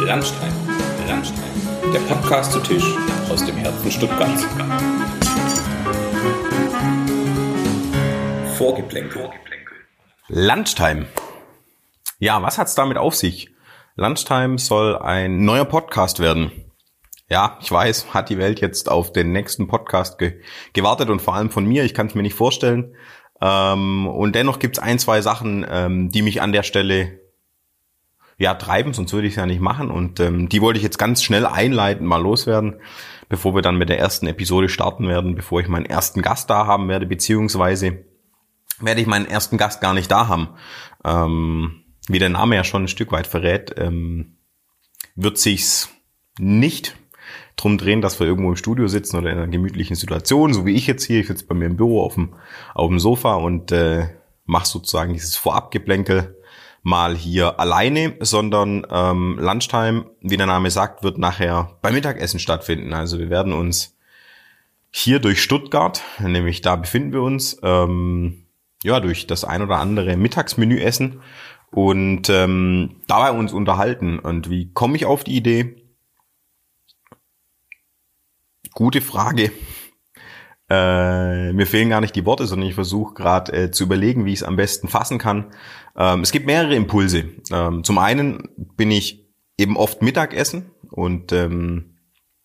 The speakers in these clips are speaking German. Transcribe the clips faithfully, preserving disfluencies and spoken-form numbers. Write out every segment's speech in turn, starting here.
Landstein, Landstein, der Podcast zu Tisch aus dem Herzen Stuttgarts. Vorgeplänkel. Lunchtime. Ja, was hat's damit auf sich? Lunchtime soll ein neuer Podcast werden. Ja, ich weiß, hat die Welt jetzt auf den nächsten Podcast ge- gewartet und vor allem von mir, ich kann es mir nicht vorstellen. Ähm, und dennoch gibt's ein, zwei Sachen, ähm, die mich an der Stelle ja treiben, sonst würde ich es ja nicht machen. Und ähm, die wollte ich jetzt ganz schnell einleiten, mal loswerden, bevor wir dann mit der ersten Episode starten werden, bevor ich meinen ersten Gast da haben werde, beziehungsweise werde ich meinen ersten Gast gar nicht da haben. Ähm, wie der Name ja schon ein Stück weit verrät, ähm, wird sich's nicht drum drehen, dass wir irgendwo im Studio sitzen oder in einer gemütlichen Situation, so wie ich jetzt hier. Ich sitze bei mir im Büro auf dem, auf dem Sofa und äh, mache sozusagen dieses Vorabgeplänkel mal hier alleine, sondern ähm, Lunchtime, wie der Name sagt, wird nachher beim Mittagessen stattfinden. Also wir werden uns hier durch Stuttgart, nämlich da befinden wir uns, ähm, ja durch das ein oder andere Mittagsmenü essen und ähm, dabei uns unterhalten. Und wie komme ich auf die Idee? Gute Frage. Äh, mir fehlen gar nicht die Worte, sondern ich versuche gerade äh, zu überlegen, wie ich es am besten fassen kann. Ähm, es gibt mehrere Impulse. Ähm, zum einen bin ich eben oft Mittagessen und ähm,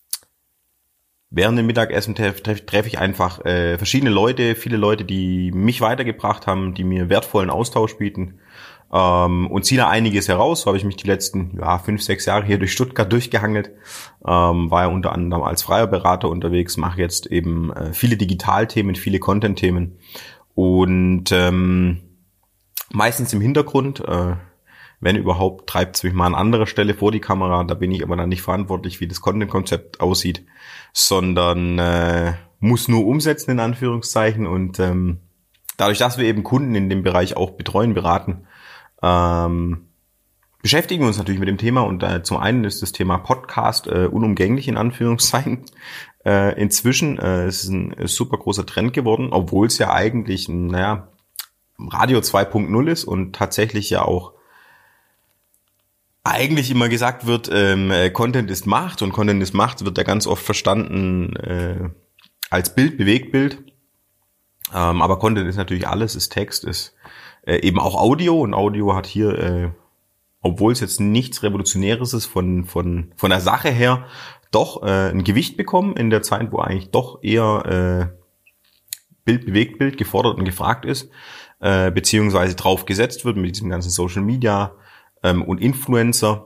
während dem Mittagessen treffe treff, treff ich einfach äh, verschiedene Leute, viele Leute, die mich weitergebracht haben, die mir wertvollen Austausch bieten. Ähm, und ziehe da einiges heraus. So habe ich mich die letzten ja, fünf, sechs Jahre hier durch Stuttgart durchgehangelt. Ähm, war ja unter anderem als freier Berater unterwegs, mache jetzt eben äh, viele Digitalthemen, viele Content-Themen und ähm, meistens im Hintergrund, äh, wenn überhaupt, treibt es mich mal an anderer Stelle vor die Kamera. Da bin ich aber dann nicht verantwortlich, wie das Content-Konzept aussieht, sondern äh, muss nur umsetzen, in Anführungszeichen. Und ähm, dadurch, dass wir eben Kunden in dem Bereich auch betreuen, beraten, Ähm, beschäftigen wir uns natürlich mit dem Thema und äh, zum einen ist das Thema Podcast äh, unumgänglich in Anführungszeichen. Äh, inzwischen äh, ist es ein ist super großer Trend geworden, obwohl es ja eigentlich ein, naja, Radio zwei Punkt null ist und tatsächlich ja auch eigentlich immer gesagt wird, ähm, Content ist Macht und Content ist Macht wird ja ganz oft verstanden äh, als Bild, Bewegtbild. Ähm, aber Content ist natürlich alles, ist Text, ist Äh, eben auch Audio und Audio hat hier, äh, obwohl es jetzt nichts Revolutionäres ist von von von der Sache her, doch äh, ein Gewicht bekommen in der Zeit, wo eigentlich doch eher äh, Bild bewegt Bild gefordert und gefragt ist, äh, beziehungsweise drauf gesetzt wird mit diesem ganzen Social Media ähm, und Influencer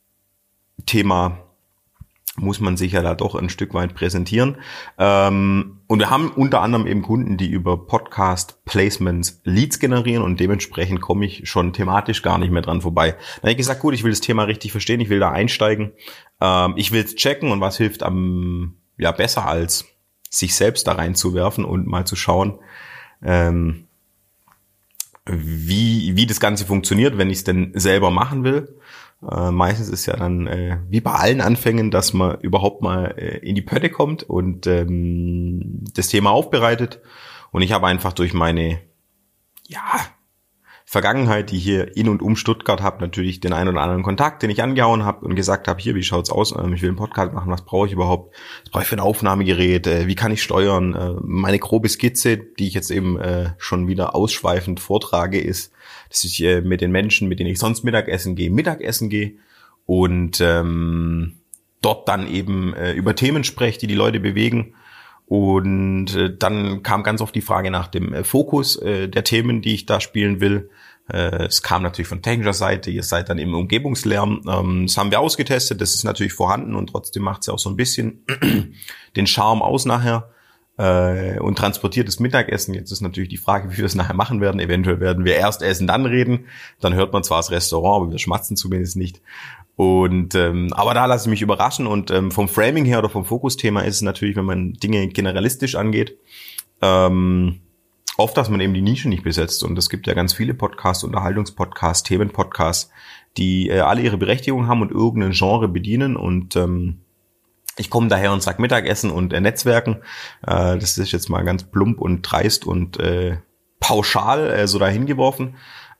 Thema. Muss man sich ja da doch ein Stück weit präsentieren. Ähm, und wir haben unter anderem eben Kunden, die über Podcast-Placements Leads generieren und dementsprechend komme ich schon thematisch gar nicht mehr dran vorbei. Dann habe ich gesagt, gut, ich will das Thema richtig verstehen, ich will da einsteigen, ähm, ich will es checken und was hilft am ja besser als sich selbst da reinzuwerfen und mal zu schauen, ähm, wie wie das Ganze funktioniert, wenn ich es denn selber machen will. Äh, meistens ist ja dann äh, wie bei allen Anfängen, dass man überhaupt mal äh, in die Pötte kommt und ähm, das Thema aufbereitet. Und ich habe einfach durch meine ja Vergangenheit, die hier in und um Stuttgart habe, natürlich den einen oder anderen Kontakt, den ich angehauen habe und gesagt habe, hier, wie schaut's aus? Ähm, ich will einen Podcast machen, was brauche ich überhaupt? Was brauche ich für ein Aufnahmegerät? Äh, wie kann ich steuern? Äh, meine grobe Skizze, die ich jetzt eben äh, schon wieder ausschweifend vortrage, ist, dass ich äh, mit den Menschen, mit denen ich sonst Mittagessen gehe, Mittagessen gehe und ähm, dort dann eben äh, über Themen spreche, die die Leute bewegen. Und äh, dann kam ganz oft die Frage nach dem äh, Fokus äh, der Themen, die ich da spielen will. Äh, es kam natürlich von technischer Seite, ihr seid dann im Umgebungslärm. Ähm, das haben wir ausgetestet, das ist natürlich vorhanden und trotzdem macht es ja auch so ein bisschen den Charme aus nachher. Äh, und transportiert das Mittagessen. Jetzt ist natürlich die Frage, wie wir es nachher machen werden. Eventuell werden wir erst essen, dann reden. Dann hört man zwar das Restaurant, aber wir schmatzen zumindest nicht. Und ähm, aber da lasse ich mich überraschen. Und ähm, vom Framing her oder vom Fokusthema ist es natürlich, wenn man Dinge generalistisch angeht, ähm, oft, dass man eben die Nische nicht besetzt. Und es gibt ja ganz viele Podcasts, Unterhaltungspodcasts, Themenpodcasts, die äh, alle ihre Berechtigung haben und irgendein Genre bedienen. Und ähm, ich komme daher und sag Mittagessen und äh, Netzwerken. Äh, das ist jetzt mal ganz plump und dreist und äh, pauschal äh, so dahin geworfen.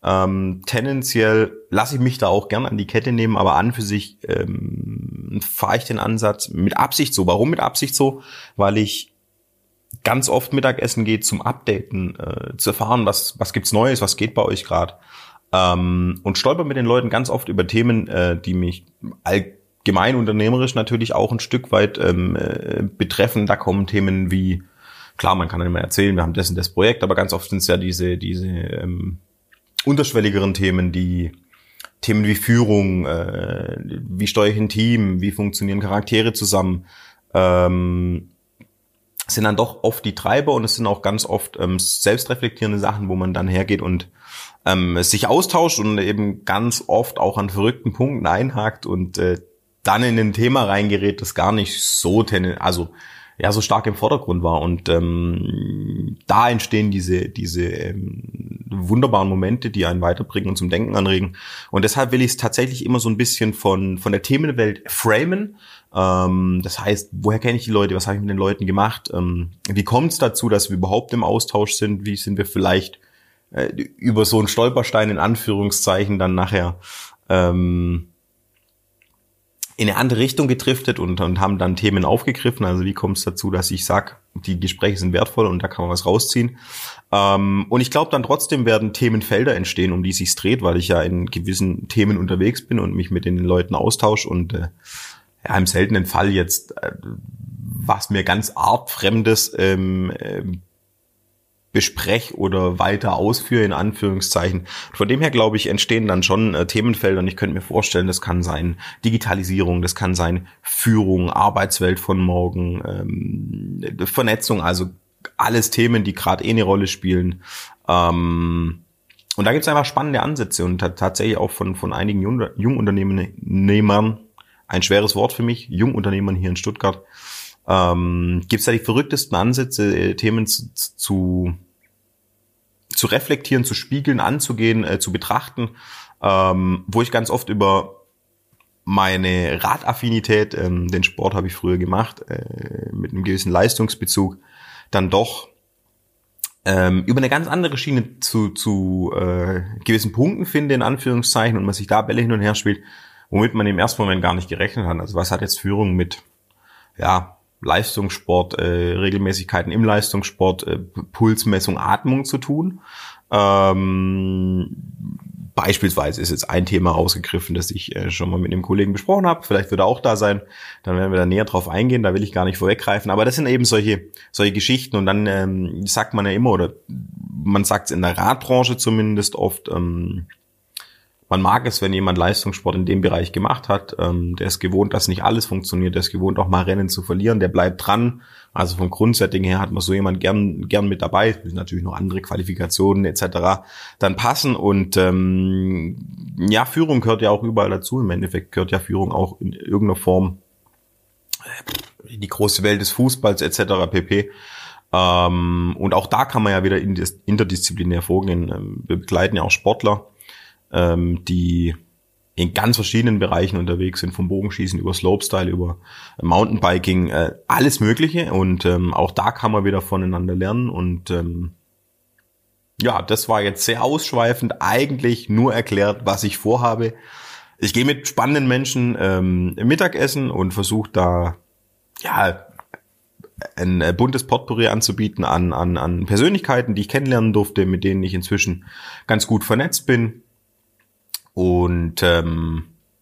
Ähm, tendenziell lasse ich mich da auch gern an die Kette nehmen, aber an für sich ähm, fahre ich den Ansatz mit Absicht so. Warum mit Absicht so? Weil ich ganz oft Mittagessen gehe zum Updaten, äh, zu erfahren, was was gibt's Neues, was geht bei euch gerade. Ähm, und stolper mit den Leuten ganz oft über Themen, äh, die mich allgemein unternehmerisch natürlich auch ein Stück weit ähm, äh, betreffen. Da kommen Themen wie, klar, man kann ja immer erzählen, wir haben das und das Projekt, aber ganz oft sind es ja diese diese ähm, unterschwelligeren Themen, die Themen wie Führung, äh, wie steuere ich ein Team, wie funktionieren Charaktere zusammen, ähm, sind dann doch oft die Treiber und es sind auch ganz oft ähm, selbstreflektierende Sachen, wo man dann hergeht und ähm, sich austauscht und eben ganz oft auch an verrückten Punkten einhakt und äh, dann in ein Thema reingerät, das gar nicht so ten- also ja so stark im Vordergrund war. Und ähm, da entstehen diese diese ähm, wunderbaren Momente, die einen weiterbringen und zum Denken anregen. Und deshalb will ich es tatsächlich immer so ein bisschen von von der Themenwelt framen. Ähm, das heißt, woher kenne ich die Leute? Was habe ich mit den Leuten gemacht? Ähm, wie kommt es dazu, dass wir überhaupt im Austausch sind? Wie sind wir vielleicht äh, über so einen Stolperstein in Anführungszeichen dann nachher ähm, in eine andere Richtung gedriftet und, und haben dann Themen aufgegriffen. Also wie kommt es dazu, dass ich sage, die Gespräche sind wertvoll und da kann man was rausziehen. Ähm, und ich glaube, dann trotzdem werden Themenfelder entstehen, um die es sich dreht, weil ich ja in gewissen Themen unterwegs bin und mich mit den Leuten austausche und äh, ja, im seltenen Fall jetzt äh, was mir ganz artfremdes ähm, äh, bespreche oder weiter ausführe, in Anführungszeichen. Von dem her, glaube ich, entstehen dann schon äh, Themenfelder und ich könnte mir vorstellen, das kann sein Digitalisierung, das kann sein Führung, Arbeitswelt von morgen, ähm, Vernetzung, also alles Themen, die gerade eh eine Rolle spielen. Ähm, und da gibt es einfach spannende Ansätze und t- tatsächlich auch von von einigen Jung- Jungunternehmern, ein schweres Wort für mich, Jungunternehmern hier in Stuttgart, ähm, gibt es da die verrücktesten Ansätze, äh, Themen zu, zu zu reflektieren, zu spiegeln, anzugehen, äh, zu betrachten, ähm, wo ich ganz oft über meine Radaffinität, ähm, den Sport habe ich früher gemacht, äh, mit einem gewissen Leistungsbezug, dann doch ähm, über eine ganz andere Schiene zu zu äh, gewissen Punkten finde, in Anführungszeichen, und man sich da Bälle hin und her spielt, womit man im ersten Moment gar nicht gerechnet hat. Also was hat jetzt Führung mit ja Leistungssport, äh, Regelmäßigkeiten im Leistungssport, äh, Pulsmessung, Atmung zu tun? Ähm, beispielsweise ist jetzt ein Thema rausgegriffen, das ich äh, schon mal mit einem Kollegen besprochen habe. Vielleicht wird er auch da sein. Dann werden wir da näher drauf eingehen. Da will ich gar nicht vorweggreifen. Aber das sind eben solche solche Geschichten. Und dann ähm, sagt man ja immer, oder man sagt es in der Radbranche zumindest oft, ähm, man mag es, wenn jemand Leistungssport in dem Bereich gemacht hat. Ähm, der ist gewohnt, dass nicht alles funktioniert. Der ist gewohnt, auch mal Rennen zu verlieren. Der bleibt dran. Also vom Grundsetting her hat man so jemand gern gern mit dabei. Es müssen natürlich noch andere Qualifikationen et cetera dann passen. Und ähm, ja, Führung gehört ja auch überall dazu. Im Endeffekt gehört ja Führung auch in irgendeiner Form in die große Welt des Fußballs et cetera pp. Ähm, und auch da kann man ja wieder interdisziplinär vorgehen. Wir begleiten ja auch Sportler, die in ganz verschiedenen Bereichen unterwegs sind, vom Bogenschießen über Slopestyle, über Mountainbiking, äh, alles Mögliche. Und ähm, auch da kann man wieder voneinander lernen. Und ähm, ja, das war jetzt sehr ausschweifend, eigentlich nur erklärt, was ich vorhabe. Ich gehe mit spannenden Menschen ähm, Mittagessen und versuche da ja ein äh, buntes Potpourri anzubieten an, an, an Persönlichkeiten, die ich kennenlernen durfte, mit denen ich inzwischen ganz gut vernetzt bin. Und ähm,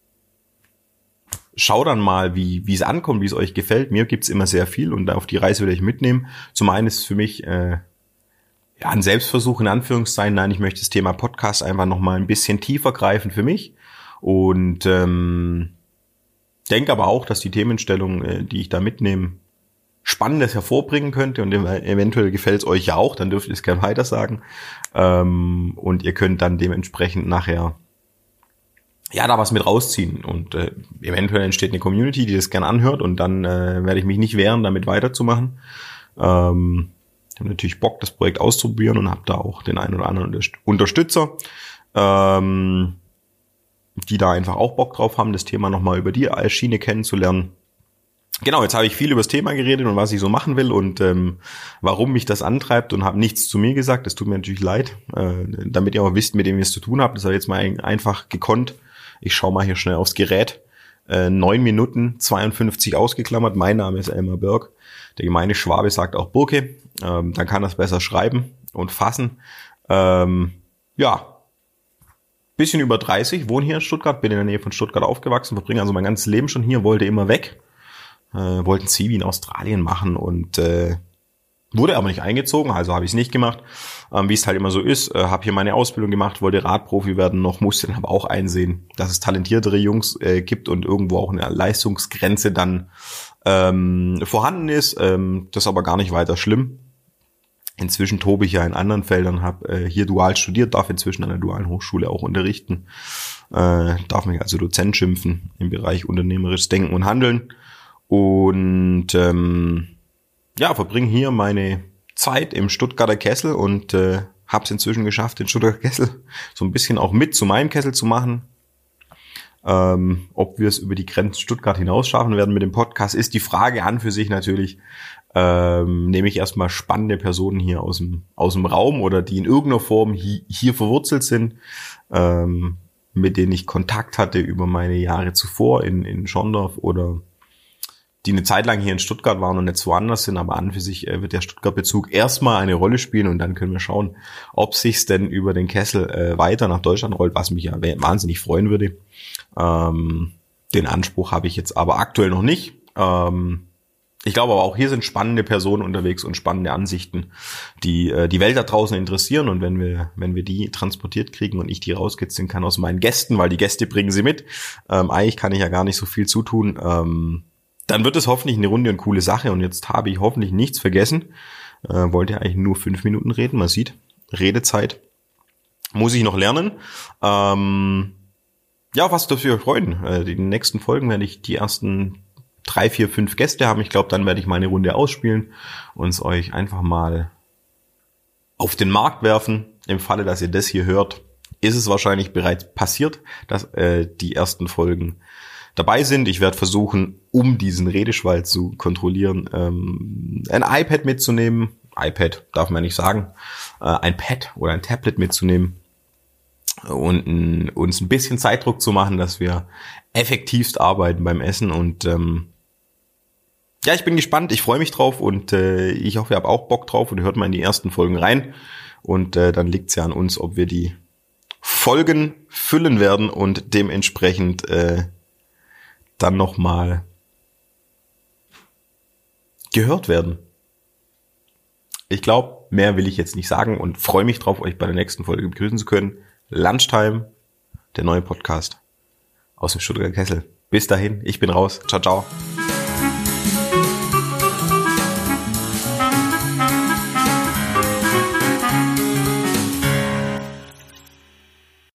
schau dann mal, wie wie es ankommt, wie es euch gefällt. Mir gibt's immer sehr viel und auf die Reise will ich mitnehmen. Zum einen ist es für mich äh, ja ein Selbstversuch in Anführungszeichen. Nein, ich möchte das Thema Podcast einfach noch mal ein bisschen tiefer greifen für mich und ähm, denke aber auch, dass die Themenstellung, äh, die ich da mitnehme, Spannendes hervorbringen könnte und eventuell gefällt es euch ja auch. Dann dürft ihr es gerne weiter sagen ähm, und ihr könnt dann dementsprechend nachher ja, da was mit rausziehen und äh, eventuell entsteht eine Community, die das gern anhört und dann äh, werde ich mich nicht wehren, damit weiterzumachen. Ähm, ich habe natürlich Bock, das Projekt auszuprobieren und habe da auch den einen oder anderen Unterstützer, ähm, die da einfach auch Bock drauf haben, das Thema nochmal über die Schiene kennenzulernen. Genau, jetzt habe ich viel über das Thema geredet und was ich so machen will und ähm, warum mich das antreibt und habe nichts zu mir gesagt. Das tut mir natürlich leid, äh, damit ihr auch wisst, mit dem ihr es zu tun habt. Das habe ich jetzt mal einfach gekonnt. Ich schaue mal hier schnell aufs Gerät. Äh, neun Minuten zweiundfünfzig ausgeklammert. Mein Name ist Elmar Berg. Der gemeine Schwabe sagt auch Burke. Ähm, dann kann das besser schreiben und fassen. Ähm, ja, bisschen über dreißig, wohne hier in Stuttgart, bin in der Nähe von Stuttgart aufgewachsen, verbringe also mein ganzes Leben schon hier, wollte immer weg. Äh, wollten Zivi in Australien machen und äh, wurde aber nicht eingezogen, also habe ich es nicht gemacht. Ähm, wie es halt immer so ist, äh, habe hier meine Ausbildung gemacht, wollte Radprofi werden noch, musste dann aber auch einsehen, dass es talentiertere Jungs äh, gibt und irgendwo auch eine Leistungsgrenze dann ähm, vorhanden ist. Ähm, das ist aber gar nicht weiter schlimm. Inzwischen tobe ich ja in anderen Feldern, habe äh, hier dual studiert, darf inzwischen an der dualen Hochschule auch unterrichten, äh, darf mich also Dozent schimpfen im Bereich unternehmerisches Denken und Handeln. Und ähm, ja, verbringe hier meine Zeit im Stuttgarter Kessel und äh, habe es inzwischen geschafft, den Stuttgarter Kessel so ein bisschen auch mit zu meinem Kessel zu machen. Ähm, ob wir es über die Grenzen Stuttgart hinaus schaffen werden mit dem Podcast, ist die Frage an für sich natürlich. Ähm, nehme ich erstmal spannende Personen hier aus dem aus dem Raum oder die in irgendeiner Form hi, hier verwurzelt sind, ähm, mit denen ich Kontakt hatte über meine Jahre zuvor in in Schorndorf oder die eine Zeit lang hier in Stuttgart waren und jetzt woanders sind, aber an für sich äh, wird der Stuttgart-Bezug erstmal eine Rolle spielen und dann können wir schauen, ob sich's denn über den Kessel äh, weiter nach Deutschland rollt, was mich ja wahnsinnig freuen würde. Ähm, den Anspruch habe ich jetzt aber aktuell noch nicht. Ähm, ich glaube aber auch hier sind spannende Personen unterwegs und spannende Ansichten, die äh, die Welt da draußen interessieren und wenn wir wenn wir die transportiert kriegen und ich die rauskitzeln kann aus meinen Gästen, weil die Gäste bringen sie mit, ähm, eigentlich kann ich ja gar nicht so viel zutun, ähm, dann wird es hoffentlich eine runde und coole Sache und jetzt habe ich hoffentlich nichts vergessen. Äh, wollte eigentlich nur fünf Minuten reden, man sieht, Redezeit muss ich noch lernen. Ähm, ja, was dürft ihr euch freuen? Äh, die nächsten Folgen werde ich die ersten drei, vier, fünf Gäste haben. Ich glaube, dann werde ich meine Runde ausspielen und es euch einfach mal auf den Markt werfen. Im Falle, dass ihr das hier hört, ist es wahrscheinlich bereits passiert, dass äh, die ersten Folgen dabei sind. Ich werde versuchen, um diesen Redeschwall zu kontrollieren, ähm, ein iPad mitzunehmen. iPad darf man nicht sagen. Äh, ein Pad oder ein Tablet mitzunehmen und n, uns ein bisschen Zeitdruck zu machen, dass wir effektivst arbeiten beim Essen. Und ähm, ja, ich bin gespannt. Ich freue mich drauf und äh, ich hoffe, ihr habt auch Bock drauf und hört mal in die ersten Folgen rein. Und äh, dann liegt es ja an uns, ob wir die Folgen füllen werden und dementsprechend äh, dann nochmal gehört werden. Ich glaube, mehr will ich jetzt nicht sagen und freue mich drauf, euch bei der nächsten Folge begrüßen zu können. Lunchtime, der neue Podcast aus dem Stuttgarter Kessel. Bis dahin, ich bin raus. Ciao, ciao.